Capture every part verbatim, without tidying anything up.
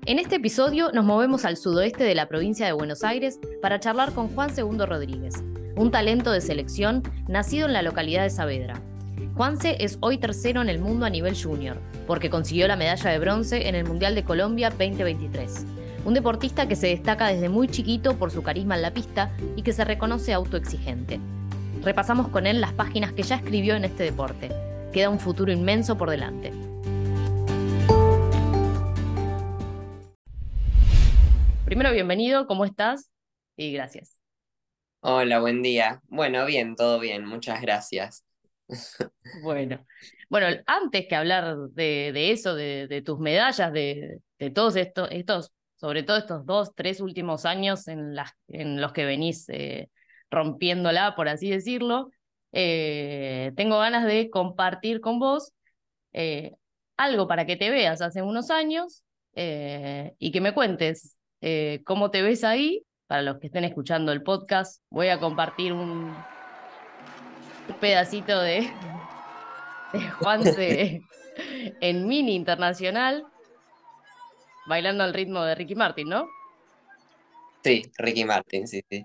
En este episodio nos movemos al sudoeste de la provincia de Buenos Aires para charlar con Juan Segundo Rodríguez, un talento de selección nacido en la localidad de Saavedra. Juanse es hoy tercero en el mundo a nivel junior, porque consiguió la medalla de bronce en el Mundial de Colombia veinte veintitrés. Un deportista que se destaca desde muy chiquito por su carisma en la pista y que se reconoce autoexigente. Repasamos con él las páginas que ya escribió en este deporte. Queda un futuro inmenso por delante. Primero, bienvenido, ¿cómo estás? Y gracias. Hola, buen día. Bueno, bien, todo bien, muchas gracias. Bueno, bueno, antes que hablar de, de eso, de, de tus medallas, de, de todos estos, estos, sobre todo estos dos, tres últimos años en, las, en los que venís eh, rompiéndola, por así decirlo, eh, tengo ganas de compartir con vos eh, algo para que te veas hace unos años eh, y que me cuentes eh, cómo te ves ahí. Para los que estén escuchando el podcast, voy a compartir un, un pedacito de, de Juanse en mini internacional, bailando al ritmo de Ricky Martin, ¿no? Sí, Ricky Martin, sí, sí.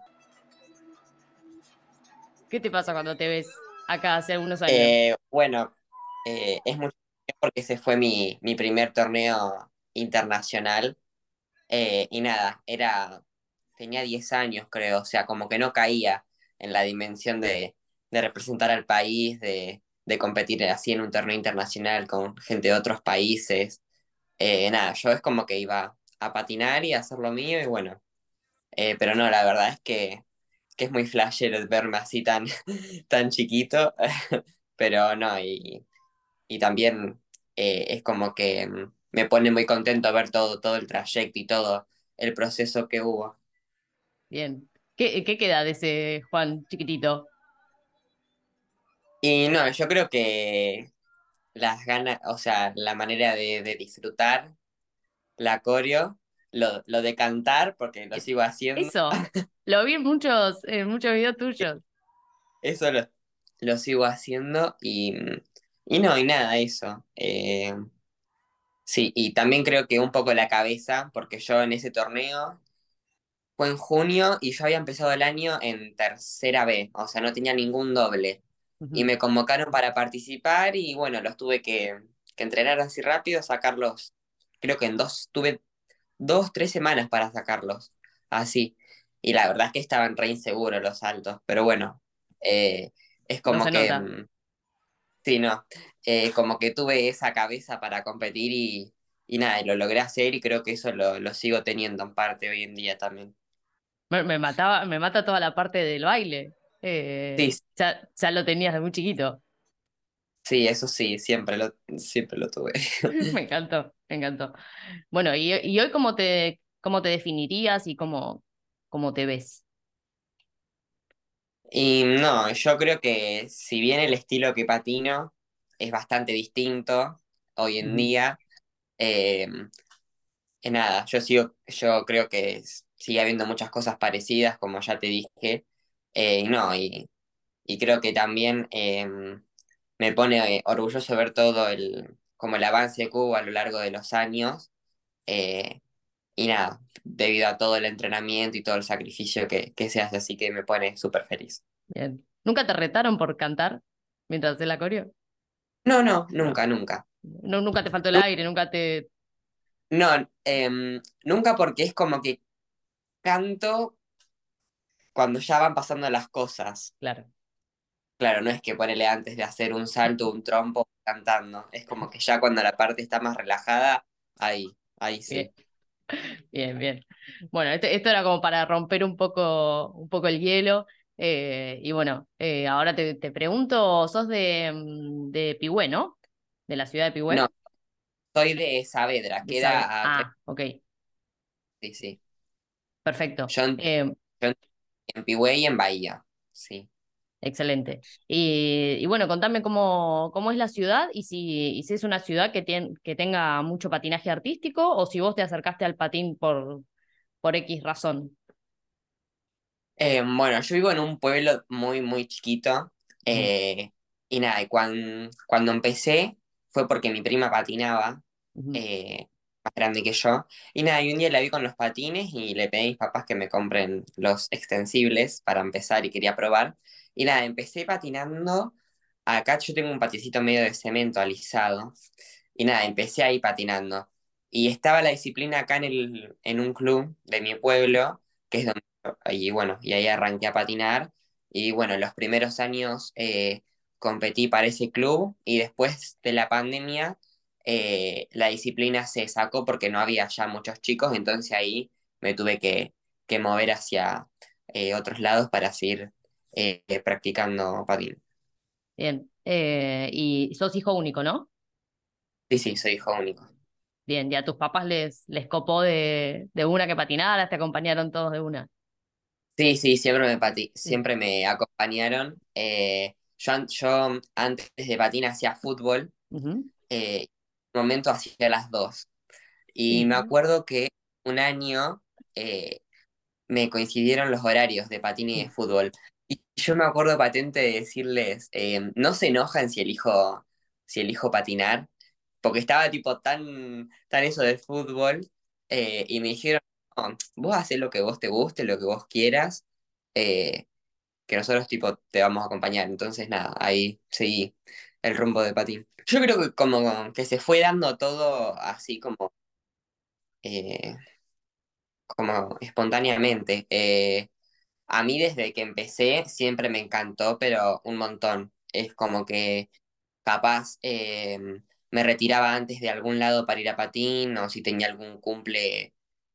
¿Qué te pasa cuando te ves acá hace unos años? Eh, bueno, eh, es mucho porque ese fue mi, mi primer torneo internacional. Eh, y nada, era, tenía diez años creo, o sea, como que no caía en la dimensión de, de representar al país, de, de competir así en un torneo internacional con gente de otros países. Eh, nada, yo es como que iba a patinar y a hacer lo mío y bueno. Eh, pero no, la verdad es que, que es muy flasher verme así tan, tan chiquito, pero no, y, y también eh, es como que mm, me pone muy contento ver todo, todo el trayecto y todo el proceso que hubo. Bien. ¿Qué, qué queda de ese Juan chiquitito? Y no, yo creo que las ganas, o sea, la manera de, de disfrutar la coreo, lo, lo de cantar, porque lo Eh, sigo haciendo, Eso, lo vi en muchos, en muchos videos tuyos. eso lo, lo sigo haciendo y, y no, y nada, eso. Eh, Sí, y también creo que un poco la cabeza, porque yo en ese torneo fue en junio y yo había empezado el año en tercera B, o sea, no tenía ningún doble. Y Ujú. me convocaron para participar y bueno, los tuve que, que entrenar así rápido, sacarlos, creo que en dos, tuve dos, tres semanas para sacarlos, así. Y la verdad es que estaban re inseguros los saltos, pero bueno, eh, es No como se que... nota. mm, Sí, no. Eh, como que tuve esa cabeza para competir y, y nada, y lo logré hacer y creo que eso lo, lo sigo teniendo en parte hoy en día también. Me, me mataba, me mata toda la parte del baile. Sí, Eh, ya, ya lo tenías de muy chiquito. sí, eso sí, siempre lo, siempre lo tuve. Me encantó, me encantó. Bueno, y, y hoy cómo te, cómo te definirías y cómo, cómo te ves. Y no, yo creo que si bien el estilo que patino es bastante distinto hoy en Ujú. día, eh, eh, nada, yo sigo, yo creo que s- sigue habiendo muchas cosas parecidas, como ya te dije, eh, y no, y, y creo que también eh, me pone eh, orgulloso ver todo el, como el avance de Cuba a lo largo de los años, eh, y nada, debido a todo el entrenamiento y todo el sacrificio que, que se hace, así que me pone súper feliz. Bien. ¿Nunca te retaron por cantar mientras hacías la coreo? No, no, No. nunca, nunca. No, nunca te faltó el Nu- aire, nunca te... No, em, nunca porque es como que canto cuando ya van pasando las cosas. Claro. Claro, no es que ponele antes de hacer un salto, un trompo cantando. Es como que ya cuando la parte está más relajada, ahí, ahí Bien, sí. bien, bien. Bueno, esto, esto era como para romper un poco, un poco el hielo. Eh, y bueno, eh, ahora te, te pregunto, sos de, mm, de Pigüé, ¿no? De la ciudad de No, Pigüé. soy de Saavedra, De Sabe- queda a tres, Ah, ok, sí, sí. perfecto. Yo en, Eh, yo en, en Pigüé y en Bahía, sí. Excelente. Y, y bueno, contame cómo, cómo es la ciudad y si, y si es una ciudad que, tien- que tenga mucho patinaje artístico o si vos te acercaste al patín por, por X razón. Eh, bueno, yo vivo en un pueblo muy, muy chiquito, Ujú, eh, y nada, y cuan- cuando empecé fue porque mi prima patinaba, ujú. eh, más grande que yo. Y nada, y un día la vi con los patines y le pedí a mis papás que me compren los extensibles para empezar y quería probar. Y nada, empecé patinando. Acá yo tengo un paticito medio de cemento alisado. Y nada, empecé ahí patinando. Y estaba la disciplina acá en el, en un club de mi pueblo, que es donde, y bueno, y ahí arranqué a patinar. Y bueno, los primeros años eh, competí para ese club y después de la pandemia eh, la disciplina se sacó porque no había ya muchos chicos, entonces ahí me tuve que, que mover hacia eh, otros lados para seguir eh, practicando patín. Bien. Eh, y sos hijo único, ¿no? Sí, sí, soy hijo único. Bien, ya tus papás les, les copó de, de una que patinaras, te acompañaron todos de una. Sí, sí, siempre me, pati- Sí. siempre me acompañaron. Eh, yo, an- yo antes de patín hacía fútbol, Ujú. eh, un momento hacía las dos. Y me Sí. acuerdo que un año eh, me coincidieron los horarios de patín y de fútbol. Y yo me acuerdo patente de decirles, eh, no se enojan si elijo, si elijo patinar, porque estaba tipo tan, tan eso del fútbol, eh, y me dijeron, no, vos haces lo que vos te guste, lo que vos quieras, eh, que nosotros tipo te vamos a acompañar. Entonces nada, ahí seguí el rumbo de patín. Yo creo que como que se fue dando todo así como, eh, como espontáneamente. Eh, A mí desde que empecé siempre me encantó, pero un montón. Es como que capaz eh, me retiraba antes de algún lado para ir a patín, o si tenía algún cumple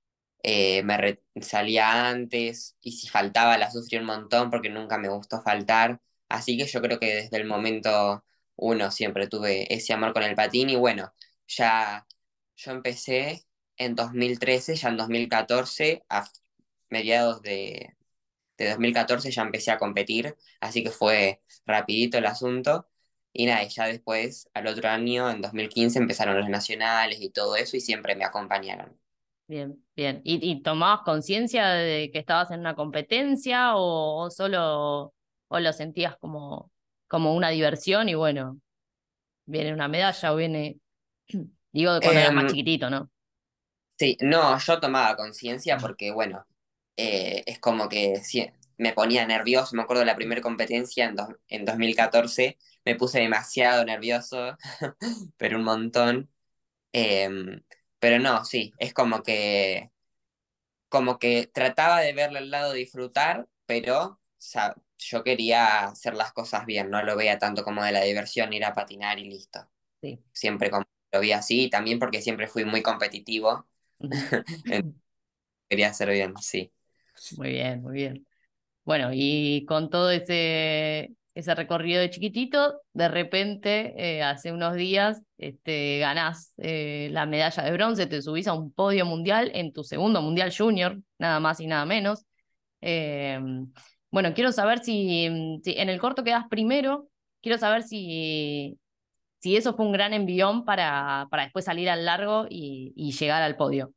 eh, me re- salía antes, y si faltaba la sufrí un montón porque nunca me gustó faltar. Así que yo creo que desde el momento uno siempre tuve ese amor con el patín y bueno, ya yo empecé en dos mil trece, ya en dos mil catorce, a mediados de de dos mil catorce ya empecé a competir, así que fue rapidito el asunto. Y nada, y ya después, al otro año, en dos mil quince, empezaron los nacionales y todo eso, y siempre me acompañaron. Bien, bien. ¿Y, y tomabas conciencia de que estabas en una competencia o, o solo o lo sentías como, como una diversión y bueno, viene una medalla o viene, digo, de cuando eras más Em, chiquitito, ¿no? sí, no, yo tomaba conciencia porque, bueno, eh, es como que sí, me ponía nervioso. Me acuerdo de la primera competencia en, dos- en dos mil catorce, me puse demasiado nervioso, pero un montón. Em, pero no, sí, es como que como que trataba de verle al lado disfrutar, pero o sea, yo quería hacer las cosas bien, no lo veía tanto como de la diversión, ir a patinar y listo. Sí. Siempre como lo vi así, y también porque siempre fui muy competitivo, Ujú. entonces quería hacer bien, sí. Muy bien, muy bien. Bueno, y con todo ese, ese recorrido de chiquitito, de repente, eh, hace unos días, este, ganás eh, la medalla de bronce, te subís a un podio mundial en tu segundo mundial junior, nada más y nada menos. Eh, bueno, quiero saber si, si en el corto quedás primero, quiero saber si, si eso fue un gran envión para, para después salir al largo y, y llegar al podio.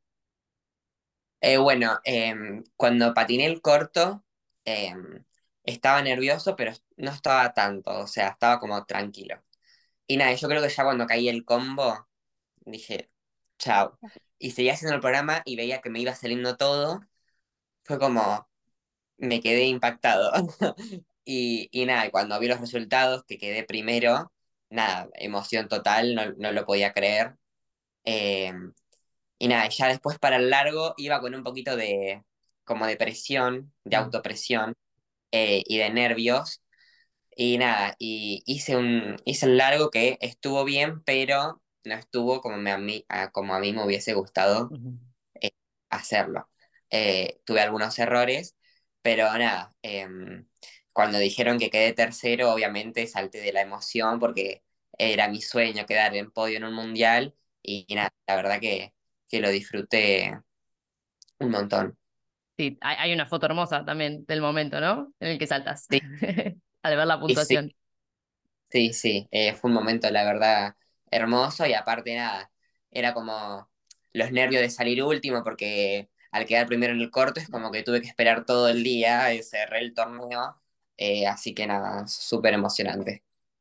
Eh, bueno, em, cuando patiné el corto, em, estaba nervioso, pero no estaba tanto, o sea, estaba como tranquilo. Y nada, yo creo que ya cuando caí el combo, dije, chao. Y seguía haciendo el programa y veía que me iba saliendo todo. Fue como, me quedé impactado. Y, y nada, cuando vi los resultados, que quedé primero, nada, emoción total, no, no lo podía creer. Eh, y nada, ya después para el largo iba con un poquito de, como de presión, de Mm, autopresión eh, y de nervios. Y nada, y hice un, hice el largo que estuvo bien, pero no estuvo como, me, a mí, a- como a mí me hubiese gustado ujú. eh, hacerlo. Eh, tuve algunos errores, pero nada, em, cuando dijeron que quedé tercero, obviamente salté de la emoción porque era mi sueño quedar en podio en un mundial y, nada, la verdad que, que lo disfruté un montón. Sí, hay, hay una foto hermosa también del momento, ¿no? En el que saltas Sí, al ver la sí, sí, puntuación. sí, sí, eh, fue un momento, la verdad, hermoso y aparte nada, era como los nervios de salir último porque al quedar primero en el corto es como que tuve que esperar todo el día, eh, cerré el torneo, eh, así que nada, súper emocionante.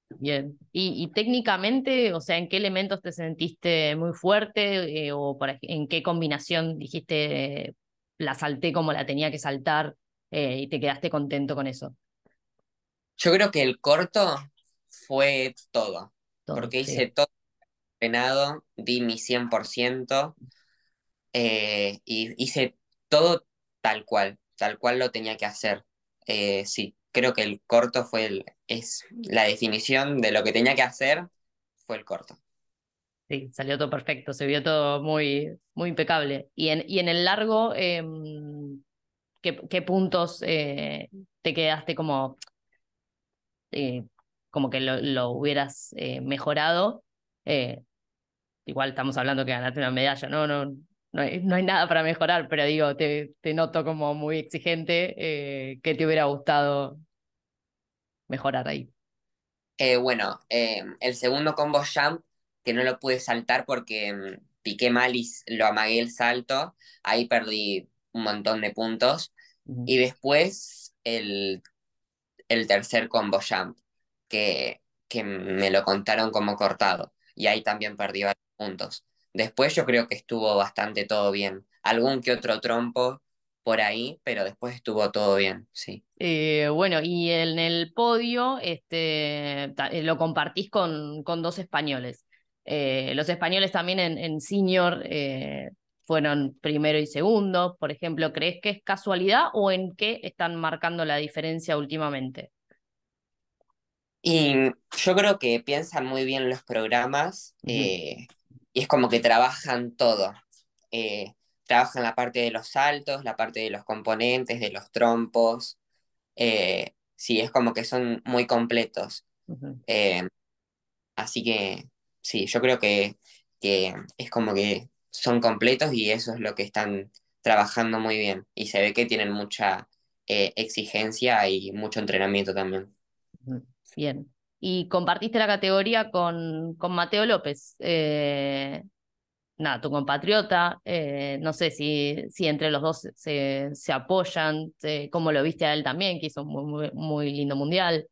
Bien. Y, y técnicamente, o sea, ¿en qué elementos te sentiste muy fuerte? Eh, o por ej- en qué combinación dijiste, eh, la salté como la tenía que saltar, eh, y te quedaste contento con eso? Yo creo que el corto fue todo, Todo, porque sí. hice todo entrenado, di mi cien por ciento eh, y hice todo tal cual, tal cual lo tenía que hacer. Eh, sí, creo que el corto fue el, es la definición de lo que tenía que hacer, fue el corto. Sí, salió todo perfecto, se vio todo muy, muy impecable. Y en, y en el largo, em, ¿qué, qué puntos, eh, te quedaste como, eh, como que lo, lo hubieras, eh, mejorado? Eh, Igual estamos hablando que ganaste una medalla, ¿no? No, no hay, no hay nada para mejorar, pero digo, te, te noto como muy exigente. Eh, ¿qué te hubiera gustado mejorar ahí? Eh, bueno, eh, el segundo combo jump, que no lo pude saltar porque mm, piqué mal y s- lo amagué el salto, ahí perdí un montón de puntos. Ujú. Y después el, el tercer combo jump, que, que me lo contaron como cortado, y ahí también perdí varios puntos. Después yo creo que estuvo bastante todo bien. Algún que otro trompo por ahí, pero después estuvo todo bien, sí. Eh, bueno, y en el podio, este, ta- eh, lo compartís con, con dos españoles. Eh, los españoles también en, en senior, eh, fueron primero y segundo, por ejemplo. ¿Crees que es casualidad o en qué están marcando la diferencia últimamente? Y yo creo que piensan muy bien los programas Ujú, eh, y es como que trabajan todo. Eh, Trabajan la parte de los saltos, la parte de los componentes, de los trompos. Eh, sí, es como que son muy completos. ujú, Eh, Así que sí, yo creo que, que es como que son completos y eso es lo que están trabajando muy bien. Y se ve que tienen mucha eh, exigencia y mucho entrenamiento también. ujú. Bien. Y compartiste la categoría con, con Mateo López. Eh, nada, tu compatriota. Eh, no sé si, si entre los dos se, se apoyan, eh, cómo lo viste a él también, que hizo un muy, muy, muy lindo mundial.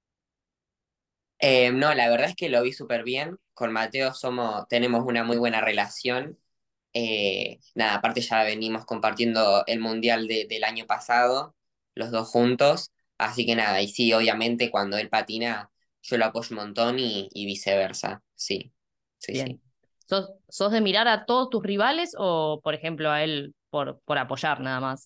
Eh, no, la verdad es que lo vi súper bien. Con Mateo somos, tenemos una muy buena relación. Eh, nada, aparte ya venimos compartiendo el mundial de- del año pasado, los dos juntos. Así que nada, y sí, obviamente cuando él patina, yo lo apoyo un montón y, y viceversa. Sí, sí, Bien. sí. ¿Sos, sos de mirar a todos tus rivales o, por ejemplo, a él por, por apoyar nada más?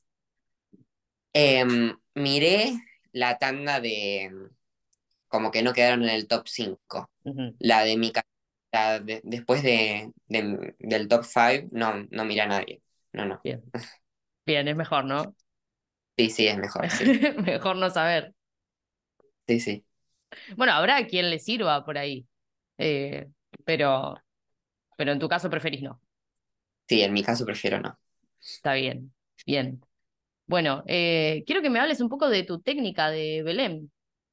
Em, miré la tanda de, como que no quedaron en el top cinco. Ujú. La de mi ca- la de- después de, de- del top cinco, no, no miré a nadie. No, no. Bien. Bien, es mejor, ¿no? Sí, sí, es mejor, sí. Mejor no saber. Sí, sí. Bueno, habrá quien le sirva por ahí. Eh, pero, pero en tu caso preferís no. Sí, en mi caso prefiero no. Está bien. Bien. Bueno, eh, quiero que me hables un poco de tu técnica de Belén.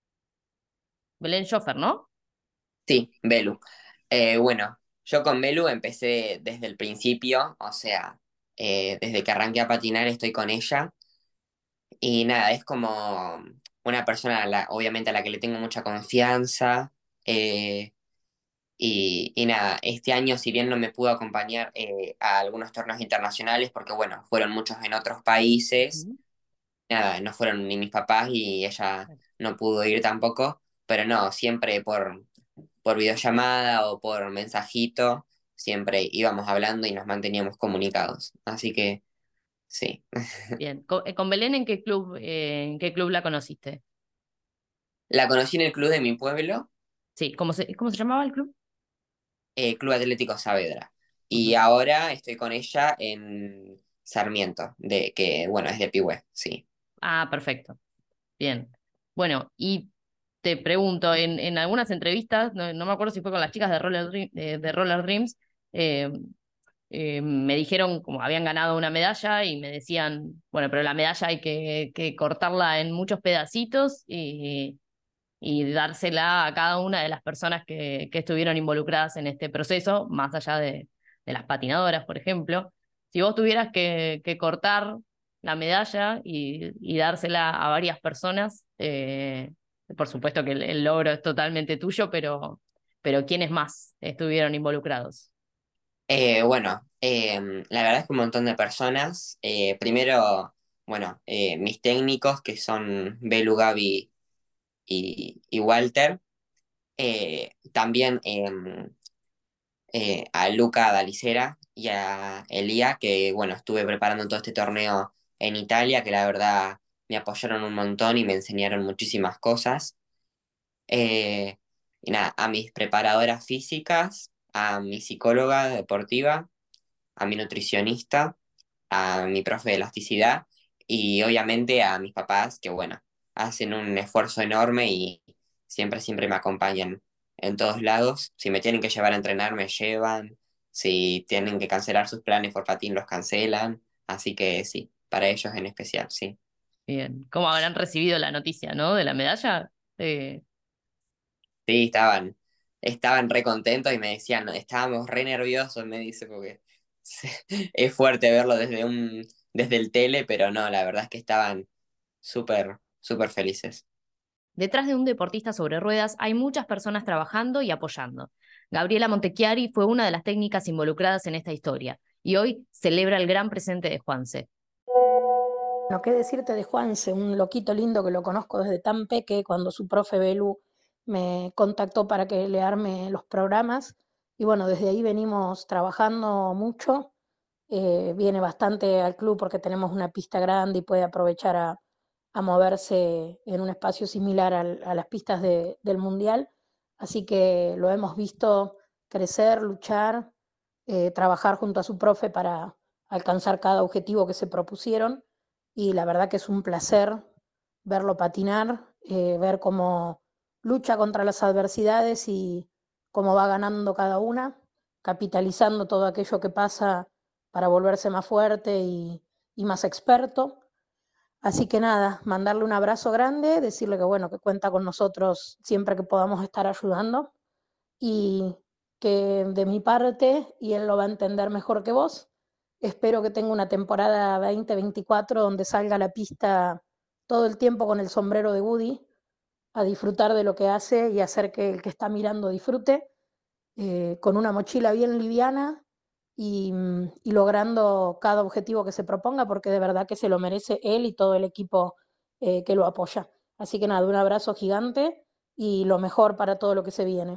Belén Schoffer, ¿no? Sí, Belu. Eh, bueno, yo con Belu empecé desde el principio, o sea, eh, desde que arranqué a patinar estoy con ella. Y nada, es como una persona, a la- obviamente, a la que le tengo mucha confianza. eh, y, y nada, este año, si bien no me pudo acompañar eh, a algunos torneos internacionales, porque bueno, fueron muchos en otros países, Ujú. nada, no fueron ni mis papás y ella no pudo ir tampoco, pero no, siempre por, por videollamada o por mensajito, siempre íbamos hablando y nos manteníamos comunicados. Así que sí. Bien. Con, eh, con Belén, ¿en qué club, eh, en qué club la conociste? La conocí en el club de mi pueblo, Sí, ¿cómo se, cómo se llamaba el club? eh, Club Atlético Saavedra. Y Ujú. ahora estoy con ella en Sarmiento, de que bueno, es de Pihue, sí. Ah, perfecto. Bien. Bueno, y te pregunto, en, en algunas entrevistas, no, no me acuerdo si fue con las chicas de Roller, Dream- eh, de Roller Dreams, eh, eh, me dijeron como habían ganado una medalla y me decían, bueno, pero la medalla hay que, que cortarla en muchos pedacitos y, y dársela a cada una de las personas que, que estuvieron involucradas en este proceso, más allá de, de las patinadoras, por ejemplo. Si vos tuvieras que, que cortar la medalla y, y dársela a varias personas, eh, Por supuesto que el, el logro es totalmente tuyo, pero, pero ¿quiénes más estuvieron involucrados? Eh, bueno, em, la verdad es que un montón de personas. Eh, primero, bueno, eh, mis técnicos que son Belu, Gaby y, y Walter. Eh, también em, eh, a Luca Dalicera y a Elía, que bueno, estuve preparando todo este torneo en Italia, que la verdad me apoyaron un montón y me enseñaron muchísimas cosas. Eh, y nada, a mis preparadoras físicas, a mi psicóloga deportiva, a mi nutricionista, a mi profe de elasticidad y obviamente a mis papás que, bueno, hacen un esfuerzo enorme y siempre, siempre me acompañan en todos lados. Si me tienen que llevar a entrenar, me llevan. Si tienen que cancelar sus planes por patín, los cancelan. Así que sí, para ellos en especial, sí. Bien, ¿cómo habrán recibido la noticia, ¿no? De la medalla. Eh, Sí, estaban, estaban re contentos y me decían, estábamos re nerviosos, me dice, porque es fuerte verlo desde un, desde el tele, pero no, la verdad es que estaban súper, súper felices. Detrás de un deportista sobre ruedas hay muchas personas trabajando y apoyando. Gabriela Montechiari fue una de las técnicas involucradas en esta historia y hoy celebra el gran presente de Juanse. No, qué decirte de Juanse, un loquito lindo que lo conozco desde tan peque, cuando su profe Belu me contactó para que le arme los programas. Y bueno, desde ahí venimos trabajando mucho. Eh, viene bastante al club porque tenemos una pista grande y puede aprovechar a, a moverse en un espacio similar al- a las pistas de- del Mundial. Así que lo hemos visto crecer, luchar, eh, trabajar junto a su profe para alcanzar cada objetivo que se propusieron y la verdad que es un placer verlo patinar, eh, ver cómo lucha contra las adversidades y cómo va ganando cada una, capitalizando todo aquello que pasa para volverse más fuerte y, y más experto. Así que nada, mandarle un abrazo grande, decirle que bueno, que cuenta con nosotros siempre que podamos estar ayudando y que de mi parte, y él lo va a entender mejor que vos, espero que tenga una temporada veinte veinticuatro donde salga a la pista todo el tiempo con el sombrero de Woody, a disfrutar de lo que hace y hacer que el que está mirando disfrute, eh, con una mochila bien liviana y, mm, y logrando cada objetivo que se proponga, porque de verdad que se lo merece él y todo el equipo eh, que lo apoya. Así que nada, un abrazo gigante y lo mejor para todo lo que se viene.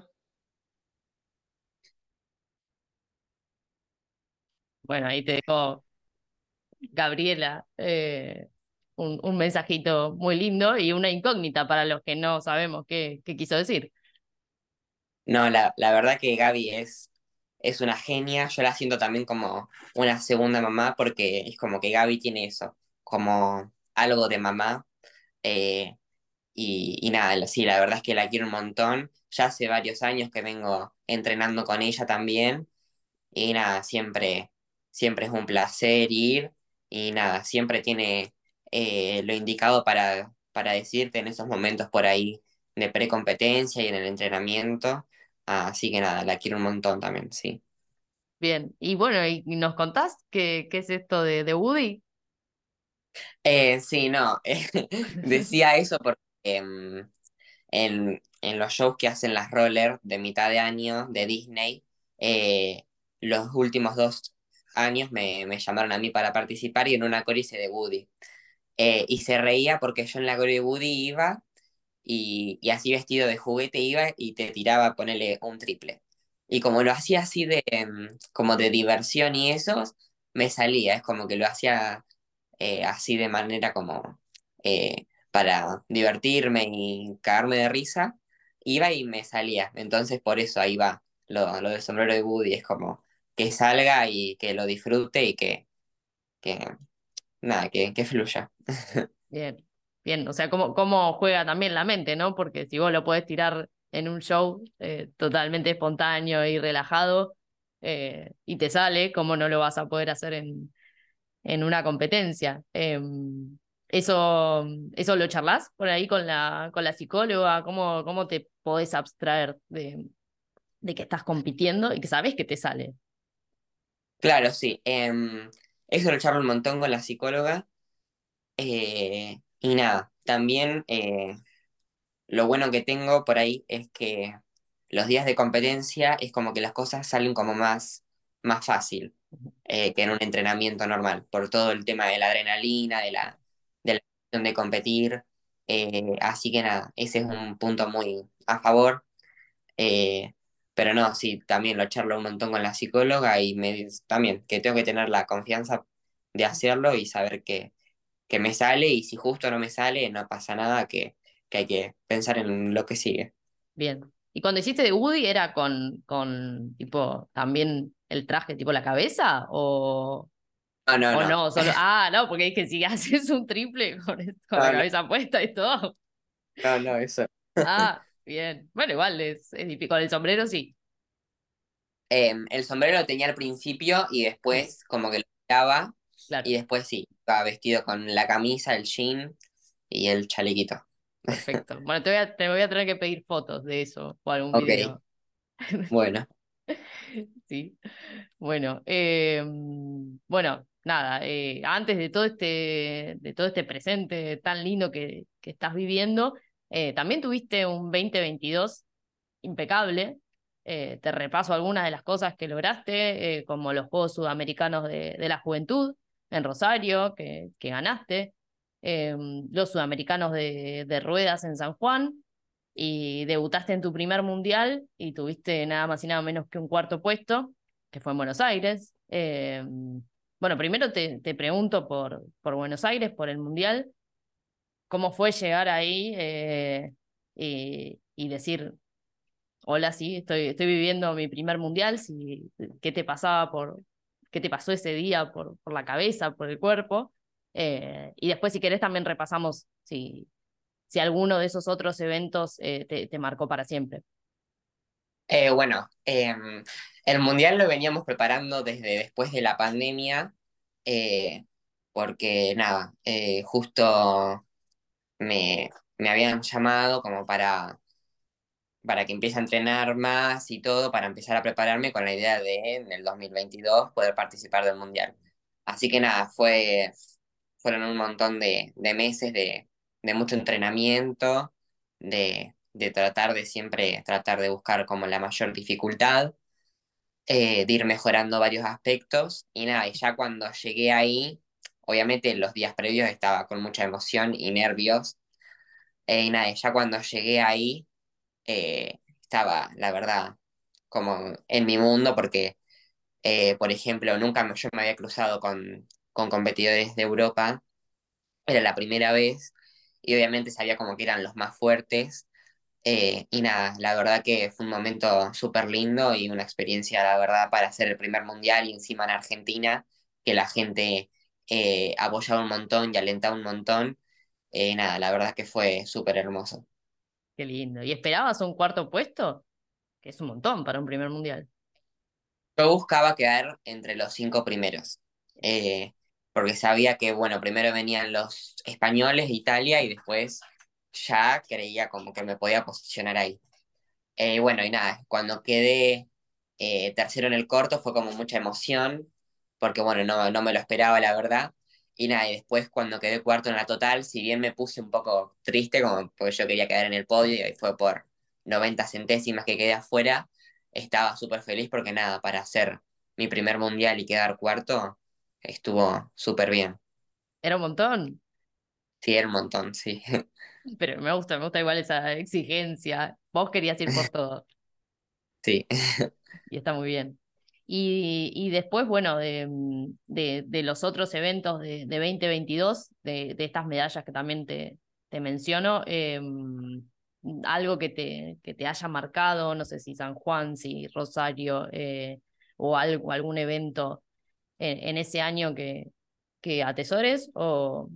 Bueno, ahí te dejo, Gabriela, eh, un, un mensajito muy lindo y una incógnita para los que no sabemos qué, qué quiso decir. No, la, la verdad que Gaby es, es una genia. Yo la siento también como una segunda mamá porque es como que Gaby tiene eso, como algo de mamá. Eh, y, y nada, sí, la verdad es que la quiero un montón. Ya hace varios años que vengo entrenando con ella también. Y nada, siempre, siempre es un placer ir. Y nada, siempre tiene eh, lo indicado para, para decirte en esos momentos por ahí de precompetencia y en el entrenamiento. Así que nada, la quiero un montón también, sí. Bien, y bueno, ¿y nos contás qué, qué es esto de, de Woody? Eh, sí, no, decía eso porque em, en, en los shows que hacen las roller de mitad de año de Disney, eh, los últimos dos años me, me llamaron a mí para participar y en una core hice de Woody. Eh, y se reía porque yo en la core de Woody iba y, y así vestido de juguete iba y te tiraba a ponerle un triple. Y como lo hacía así de, em, como de diversión y eso, me salía, es como que lo hacía eh, así de manera como eh, para divertirme y cagarme de risa, iba y me salía. Entonces por eso ahí va lo, lo del sombrero de Woody, es como que salga y que lo disfrute y que, que nada, que, que fluya. Bien, bien, o sea, cómo, cómo juega también la mente, ¿no? Porque si vos lo podés tirar en un show eh, totalmente espontáneo y relajado eh, y te sale, ¿cómo no lo vas a poder hacer en, en una competencia? Eh, eso, ¿eso lo charlas por ahí con la, con la psicóloga? ¿Cómo, cómo te podés abstraer de, de que estás compitiendo y que sabés que te sale? Claro, sí. em, eso lo charlo un montón con la psicóloga. eh, y nada, también... eh, lo bueno que tengo por ahí es que los días de competencia es como que las cosas salen como más, más fácil eh, que en un entrenamiento normal, por todo el tema de la adrenalina, de la, de la cuestión de competir. Eh, así que nada, ese es un punto muy a favor. Eh, pero no, sí, también lo charlo un montón con la psicóloga y me dice también que tengo que tener la confianza de hacerlo y saber que, que me sale y si justo no me sale, no pasa nada, que, que hay que pensar en lo que sigue. Bien. ¿Y cuando hiciste de Woody era con, con tipo también el traje, tipo la cabeza? ¿O, No, no, o no, no? Solo. Ah, no, porque es que si haces un triple con, con la no, no, cabeza puesta y todo. no, no, eso. Ah, bien. Bueno, igual es, es difícil. Con el sombrero sí. Em, el sombrero lo tenía al principio y Mm, después como que lo quitaba y claro, después sí, estaba vestido con la camisa, el jean y el chalequito. perfecto. Bueno, te voy a, te voy a tener que pedir fotos de eso o algún Ok, video. bueno. Sí. Bueno, eh, bueno, nada, eh, antes de todo este, de todo este presente tan lindo que, que estás viviendo, eh, también tuviste un dos mil veintidós impecable. Eh, te repaso algunas de las cosas que lograste, eh, como los Juegos Sudamericanos de, de la Juventud en Rosario, que, que ganaste, eh, los Sudamericanos de, de Ruedas en San Juan, y debutaste en tu primer mundial y tuviste nada más y nada menos que un cuarto puesto, que fue en Buenos Aires. Eh, bueno, primero te, te pregunto por, por Buenos Aires, por el mundial, ¿cómo fue llegar ahí eh, y, y decir, hola, sí, estoy, estoy viviendo mi primer mundial, si, qué te pasaba por, qué te pasó ese día por, por la cabeza, por el cuerpo? Eh, y después, si querés, también repasamos si, si alguno de esos otros eventos eh, te, te marcó para siempre. Eh, bueno, em, el mundial lo veníamos preparando desde después de la pandemia, eh, porque nada, eh, justo me, me habían llamado como para, para que empiece a entrenar más y todo, para empezar a prepararme con la idea de en el dos mil veintidós poder participar del mundial. Así que nada, fue, fueron un montón de, de meses de, de mucho entrenamiento, de, de tratar de siempre tratar de buscar como la mayor dificultad, eh, de ir mejorando varios aspectos y nada, y ya cuando llegué ahí, obviamente los días previos estaba con mucha emoción y nervios, eh, y nada, y ya cuando llegué ahí, eh, estaba, la verdad, como en mi mundo porque, eh, por ejemplo, nunca me- yo me había cruzado con, con competidores de Europa, era la primera vez y obviamente sabía como que eran los más fuertes. Eh, y nada, la verdad que fue un momento súper lindo y una experiencia, la verdad, para hacer el primer mundial y encima en Argentina, que la gente eh, apoyaba un montón y alentaba un montón. Eh, nada, la verdad que fue súper hermoso. Qué lindo. ¿Y esperabas un cuarto puesto? Que es un montón para un primer mundial. Yo buscaba quedar entre los cinco primeros, eh, porque sabía que, bueno, primero venían los españoles de Italia y después ya creía como que me podía posicionar ahí. Eh, bueno, y nada, cuando quedé eh, tercero en el corto fue como mucha emoción, porque bueno, no, no me lo esperaba, la verdad. Y nada, y después cuando quedé cuarto en la total, si bien me puse un poco triste, como porque yo quería quedar en el podio y fue por noventa centésimas que quedé afuera, estaba súper feliz porque nada, para hacer mi primer mundial y quedar cuarto, estuvo súper bien. Era un montón, Sí, era un montón, sí. pero me gusta, me gusta igual esa exigencia. Vos querías ir por todo Sí. y está muy bien. Y, y después, bueno, de, mm, de, de los otros eventos de, de dos mil veintidós, de, de estas medallas que también te, te menciono, eh, algo que te, que te haya marcado, no sé si San Juan, si Rosario, eh, o algo, algún evento en, en ese año que, que atesores, o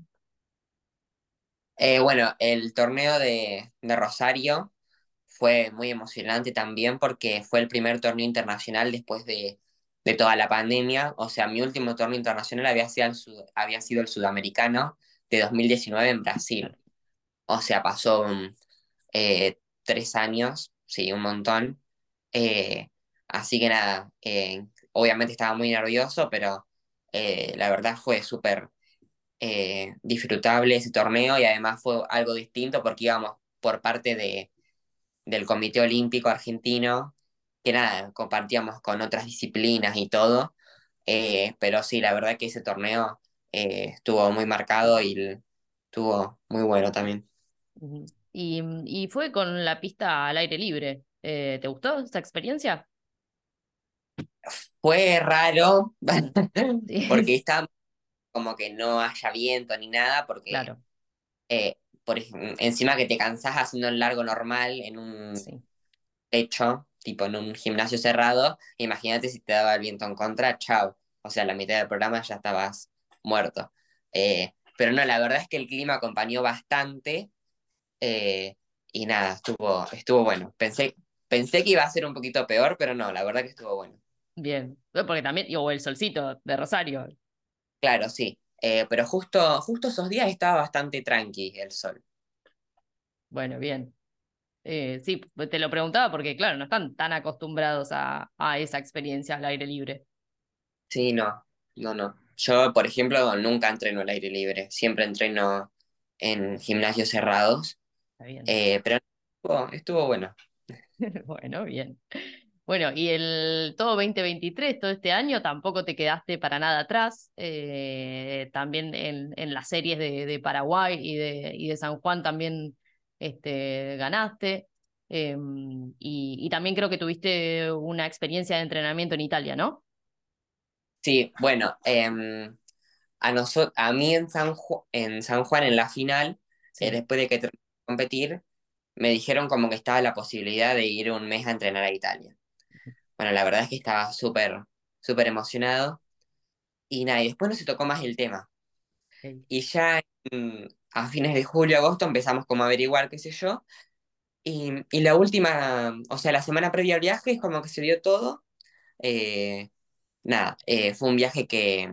Eh, bueno, el torneo de, de Rosario fue muy emocionante también porque fue el primer torneo internacional después de, de toda la pandemia. O sea, mi último torneo internacional había sido el, sud- había sido el sudamericano de dos mil diecinueve en Brasil. O sea, pasó mm, eh, tres años, sí, un montón. Eh, Así que nada, eh, obviamente estaba muy nervioso, pero eh, la verdad fue súper eh, disfrutable ese torneo y además fue algo distinto porque íbamos por parte de, del Comité Olímpico Argentino, que nada, compartíamos con otras disciplinas y todo, eh, pero sí, la verdad que ese torneo eh, estuvo muy marcado y l- estuvo muy bueno también. Ujú. Y, y fue con la pista al aire libre. Eh, ¿te gustó esa experiencia? Fue raro, porque Sí, está como que no haya viento ni nada, porque claro, eh, por, ej- encima que te cansás haciendo el largo normal en un sí. techo, tipo en un gimnasio cerrado, imagínate si te daba el viento en contra, chao. O sea, a la mitad del programa ya estabas muerto. Eh, pero no, la verdad es que el clima acompañó bastante eh, y nada, estuvo, estuvo bueno. Pensé, pensé que iba a ser un poquito peor, pero no, la verdad que estuvo bueno. Bien. Bueno, porque también, o el solcito de Rosario. Claro, sí. Eh, pero justo, justo esos días estaba bastante tranqui el sol. Bueno, bien. Eh, sí, te lo preguntaba porque, claro, no están tan acostumbrados a, a esa experiencia al aire libre. Sí, no, no, no. Yo, por ejemplo, nunca entreno al aire libre, siempre entreno en gimnasios cerrados, Está bien. eh, pero estuvo, estuvo bueno. Bueno, bien. Bueno, y el todo veinte veintitrés, todo este año, tampoco te quedaste para nada atrás. Eh, también en, en las series de, de Paraguay y de, y de San Juan también este, ganaste. Eh, y, y también creo que tuviste una experiencia de entrenamiento en Italia, ¿no? Sí, bueno, em, a, noso- a mí en San, Ju- en San Juan, en la final, eh, Sí. después de que terminé de competir, me dijeron como que estaba la posibilidad de ir un mes a entrenar a Italia. Bueno, la verdad es que estaba súper, súper emocionado. Y nada, y después no se tocó más el tema. Ok. Y ya en- a fines de julio, agosto empezamos como a averiguar, qué sé yo. Y, y la última, o sea, la semana previa al viaje es como que se dio todo. Eh, nada, eh, fue un viaje que,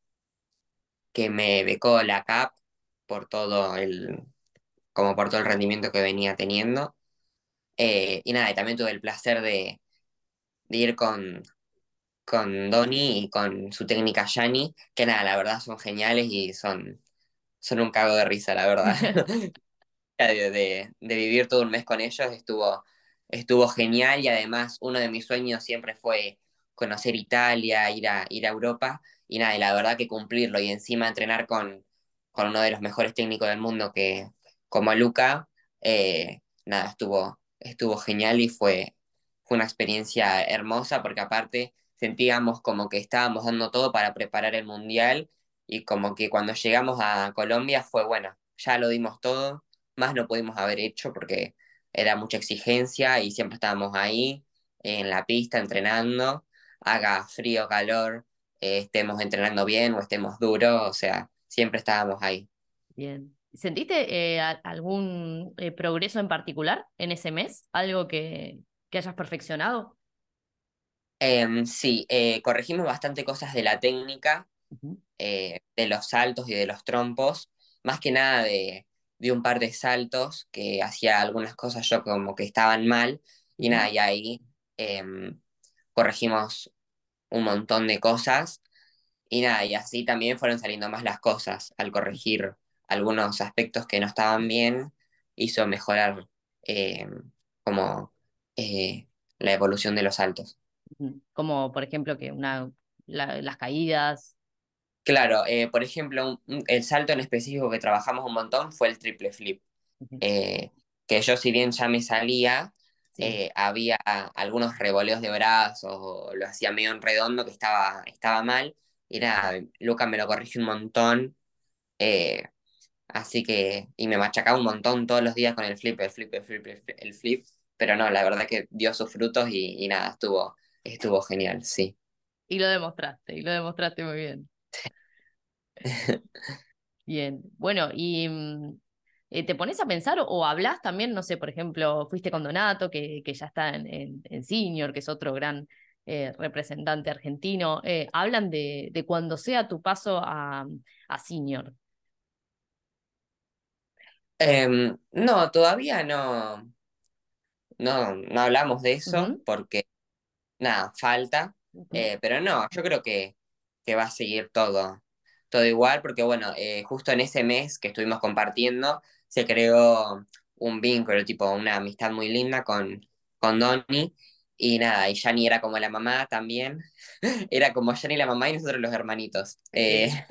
que me becó la C A P por todo el, como por todo el rendimiento que venía teniendo. Eh, y nada, y también tuve el placer de, de ir con, con Donny y con su técnica Yani, que nada, la verdad son geniales y son, son un cago de risa, la verdad. de, de- de vivir todo un mes con ellos estuvo, estuvo genial y además uno de mis sueños siempre fue conocer Italia, ir a, ir a Europa y nada, y la verdad que cumplirlo y encima entrenar con, con uno de los mejores técnicos del mundo que como Luca, eh, nada, estuvo, estuvo genial y fue, fue una experiencia hermosa porque aparte sentíamos como que estábamos dando todo para preparar el mundial y como que cuando llegamos a Colombia fue bueno, ya lo dimos todo, más no pudimos haber hecho porque era mucha exigencia y siempre estábamos ahí en la pista entrenando, haga frío, calor, eh, estemos entrenando bien o estemos duros, o sea, siempre estábamos ahí. Bien. ¿Sentiste eh, a- algún eh, progreso en particular en ese mes? ¿Algo que, que hayas perfeccionado? Em, sí, eh, corregimos bastante cosas de la técnica, Ujú, eh, de los saltos y de los trompos, más que nada de, de un par de saltos que hacía algunas cosas yo como que estaban mal y ujú. nada, y ahí em, corregimos un montón de cosas y nada, y así también fueron saliendo más las cosas al corregir algunos aspectos que no estaban bien, hizo mejorar eh, como eh, la evolución de los saltos. Ujú. Como por ejemplo que una la- las caídas. Claro, eh, por ejemplo, un- un- el salto en específico que trabajamos un montón fue el triple flip, Ujú. eh, que yo si bien ya me salía, Sí, eh, había algunos revoleos de brazos o lo hacía medio en redondo que estaba, estaba mal, y nada, Luca me lo corrigió un montón, eh, así que, y me machacaba un montón todos los días con el flip, el flip, el flip, el flip, el flip, pero no, la verdad que dio sus frutos y, y nada, estuvo, estuvo genial, sí. y lo demostraste, y lo demostraste muy bien. Bien. Bueno, y mm, eh, ¿te pones a pensar o hablas también, no sé, por ejemplo, fuiste con Donato, que, que ya está en, en, en Senior, que es otro gran eh, representante argentino? Eh, hablan de, de cuando sea tu paso a, a Senior. Em, no, todavía no, no, no hablamos de eso Ujú, porque nada, falta, ujú, eh, pero no, yo creo que, que va a seguir todo, todo igual porque bueno, eh, justo en ese mes que estuvimos compartiendo se creó un vínculo, tipo una amistad muy linda con, con Donnie. Y nada, y Yanni era como la mamá también. Era como Yanni la mamá y nosotros los hermanitos. Eh, Bien.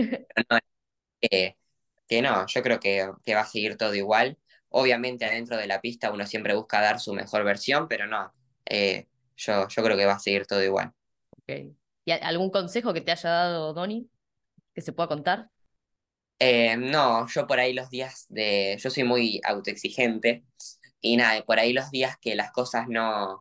eh, que no, yo creo que, que va a seguir todo igual. Obviamente adentro de la pista uno siempre busca dar su mejor versión, pero no, eh, yo, yo creo que va a seguir todo igual. Ok. ¿Y a- algún consejo que te haya dado Donnie que se pueda contar? Eh, no, yo por ahí los días de, yo soy muy autoexigente y nada, por ahí los días que las cosas no,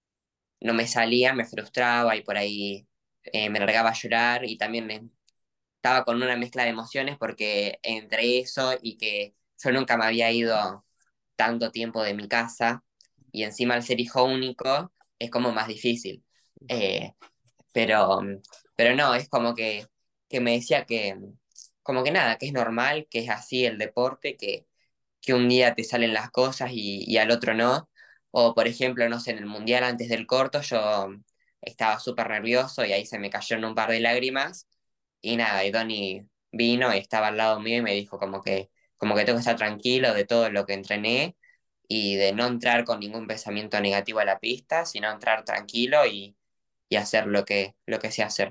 no me salían, me frustraba y por ahí eh, me largaba a llorar y también eh, estaba con una mezcla de emociones porque entre eso y que yo nunca me había ido tanto tiempo de mi casa y encima al ser hijo único es como más difícil. Eh, pero, pero no, es como que, que me decía que, como que nada, que es normal, que es así el deporte, que, que un día te salen las cosas y, y al otro no. O por ejemplo, no sé, en el mundial antes del corto yo estaba súper nervioso y ahí se me cayeron un par de lágrimas y nada, y Donny vino y estaba al lado mío y me dijo como que, como que tengo que estar tranquilo de todo lo que entrené y de no entrar con ningún pensamiento negativo a la pista, sino entrar tranquilo y, y hacer lo que, lo que sé hacer.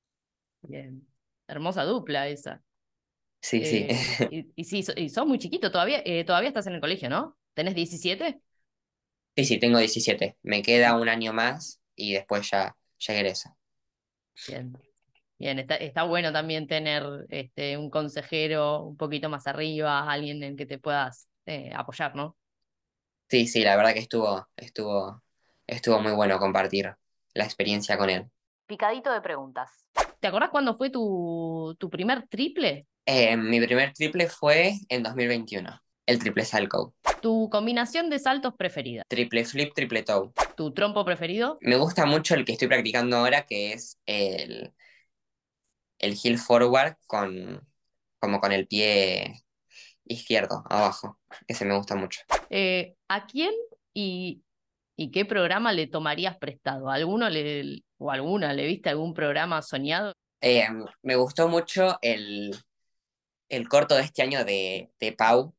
Bien. Hermosa dupla esa. Sí, sí. Eh, y, y sí, so- y sos muy chiquito todavía, eh, todavía estás en el colegio, ¿no? ¿Tenés diecisiete? Sí, sí, tengo diecisiete. Me queda un año más y después ya, ya egreso. Bien. Bien, está, está bueno también tener este, un consejero un poquito más arriba, alguien en que te puedas eh, apoyar, ¿no? Sí, sí, la verdad que estuvo, estuvo, estuvo muy bueno compartir la experiencia con él. Picadito de preguntas. ¿Te acordás cuándo fue tu, tu primer triple? Eh, mi primer triple fue en dos mil veintiuno, el triple salco. ¿Tu combinación de saltos preferida? Triple flip, triple toe. ¿Tu trompo preferido? Me gusta mucho el que estoy practicando ahora, que es el, el heel forward con, como con el pie izquierdo, abajo. Ese me gusta mucho. Eh, ¿a quién y, y qué programa le tomarías prestado? ¿A alguno le, o alguna le viste algún programa soñado? Eh, me gustó mucho el, el corto de este año de, de Pau,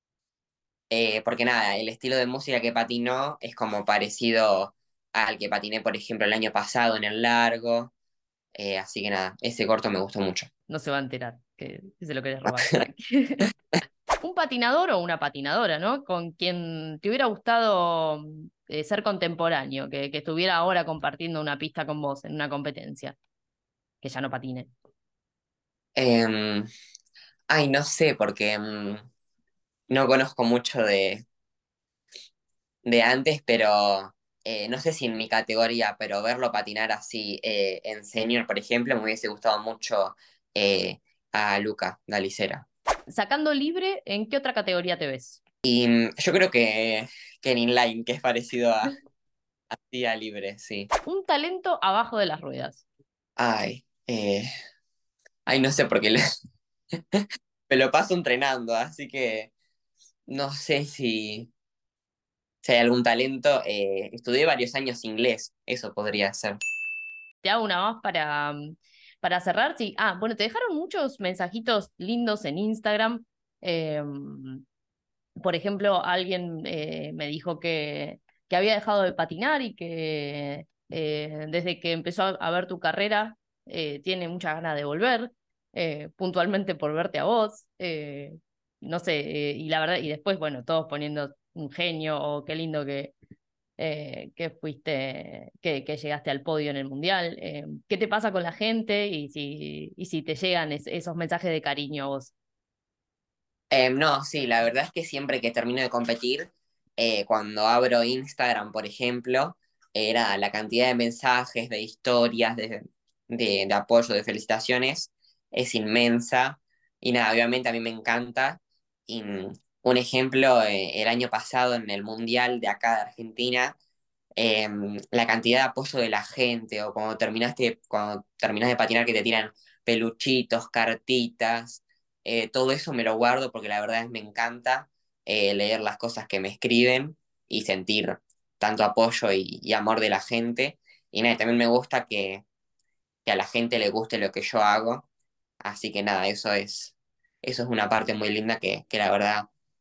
eh, porque nada, el estilo de música que patinó es como parecido al que patiné, por ejemplo, el año pasado en el largo. Eh, así que nada, ese corto me gustó mucho. No se va a enterar que, que se lo querés robar, tranqui. Un patinador o una patinadora, ¿no? Con quien te hubiera gustado eh, ser contemporáneo, que, que estuviera ahora compartiendo una pista con vos en una competencia, que ya no patine. Em, ay, no sé, porque em, no conozco mucho de, de antes, pero eh, no sé si en mi categoría, pero verlo patinar así eh, en senior, por ejemplo, me hubiese gustado mucho eh, a Luca Dalicera. Sacando libre, ¿en qué otra categoría te ves? Y mm, yo creo que, que en inline, que es parecido a, a tía libre, sí. Un talento abajo de las ruedas. Ay, eh, ay, no sé, porque le- me lo paso entrenando, así que no sé si, si hay algún talento. Eh, estudié varios años inglés, eso podría ser. Te hago una más para, mm, para cerrar. Sí. Ah, bueno, te dejaron muchos mensajitos lindos en Instagram. Eh, por ejemplo, alguien eh, me dijo que, que había dejado de patinar y que eh, desde que empezó a, a ver tu carrera eh, tiene muchas ganas de volver, eh, puntualmente por verte a vos. Eh, no sé, eh, y la verdad, y después, bueno, todos poniendo un genio o qué lindo que, eh, que fuiste, que, que llegaste al podio en el mundial. Eh, ¿qué te pasa con la gente y si, y si te llegan es- esos mensajes de cariño a vos? Eh, no, sí, la verdad es que siempre que termino de competir, eh, cuando abro Instagram, por ejemplo, era la cantidad de mensajes, de historias, de, de, de apoyo, de felicitaciones, es inmensa. Y nada, obviamente a mí me encanta. Y mm, un ejemplo, eh, el año pasado en el Mundial de acá de Argentina, eh, la cantidad de apoyo de la gente, o cuando terminaste, cuando terminas de patinar que te tiran peluchitos, cartitas, eh, todo eso me lo guardo porque la verdad es me encanta eh, leer las cosas que me escriben y sentir tanto apoyo y, y amor de la gente. Y nada, también me gusta que, que a la gente le guste lo que yo hago. Así que nada, eso es, eso es una parte muy linda que, que la verdad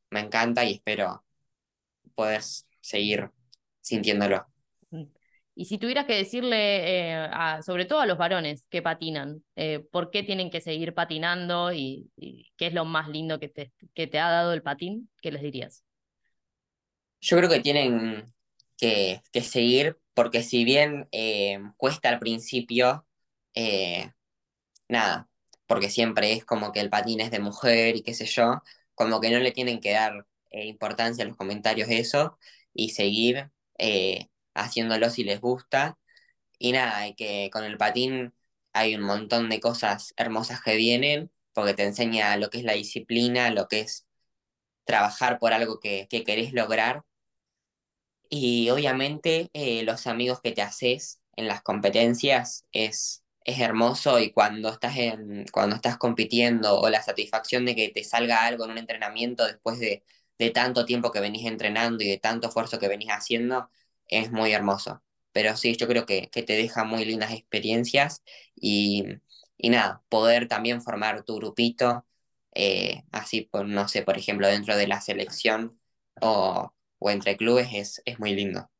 me encanta y espero poder seguir sintiéndolo. Y si tuvieras que decirle, eh, a- sobre todo a los varones que patinan, eh, por qué tienen que seguir patinando y, y qué es lo más lindo que te, que te ha dado el patín, ¿qué les dirías? Yo creo que tienen que, que seguir, porque si bien eh, cuesta al principio, eh, nada, porque siempre es como que el patín es de mujer y qué sé yo, como que no le tienen que dar eh, importancia a los comentarios de eso y seguir eh, haciéndolo si les gusta. Y nada, y que con el patín hay un montón de cosas hermosas que vienen, porque te enseña lo que es la disciplina, lo que es trabajar por algo que, que querés lograr y obviamente eh, los amigos que te haces en las competencias es, es hermoso y cuando estás en, cuando estás compitiendo o la satisfacción de que te salga algo en un entrenamiento después de, de tanto tiempo que venís entrenando y de tanto esfuerzo que venís haciendo, es muy hermoso. Pero sí, yo creo que, que te deja muy lindas experiencias y, y nada, poder también formar tu grupito, eh, así, por, no sé, por ejemplo, dentro de la selección o o entre clubes es, es muy lindo.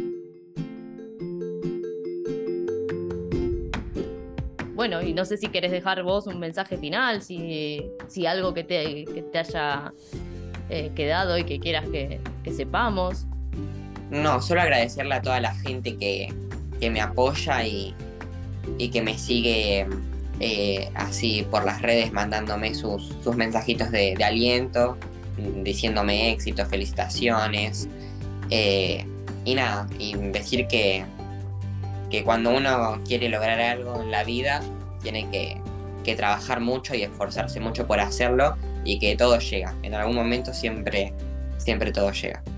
Bueno, y no sé si querés dejar vos un mensaje final, si, si algo que te, que te haya eh, quedado y que quieras que, que sepamos. No, solo agradecerle a toda la gente que, que me apoya y, y que me sigue eh, así por las redes mandándome sus, sus mensajitos de, de aliento, diciéndome éxitos, felicitaciones. eh, y nada, y decir que, que cuando uno quiere lograr algo en la vida, tiene que, que trabajar mucho y esforzarse mucho por hacerlo y que todo llega. En algún momento siempre, siempre todo llega.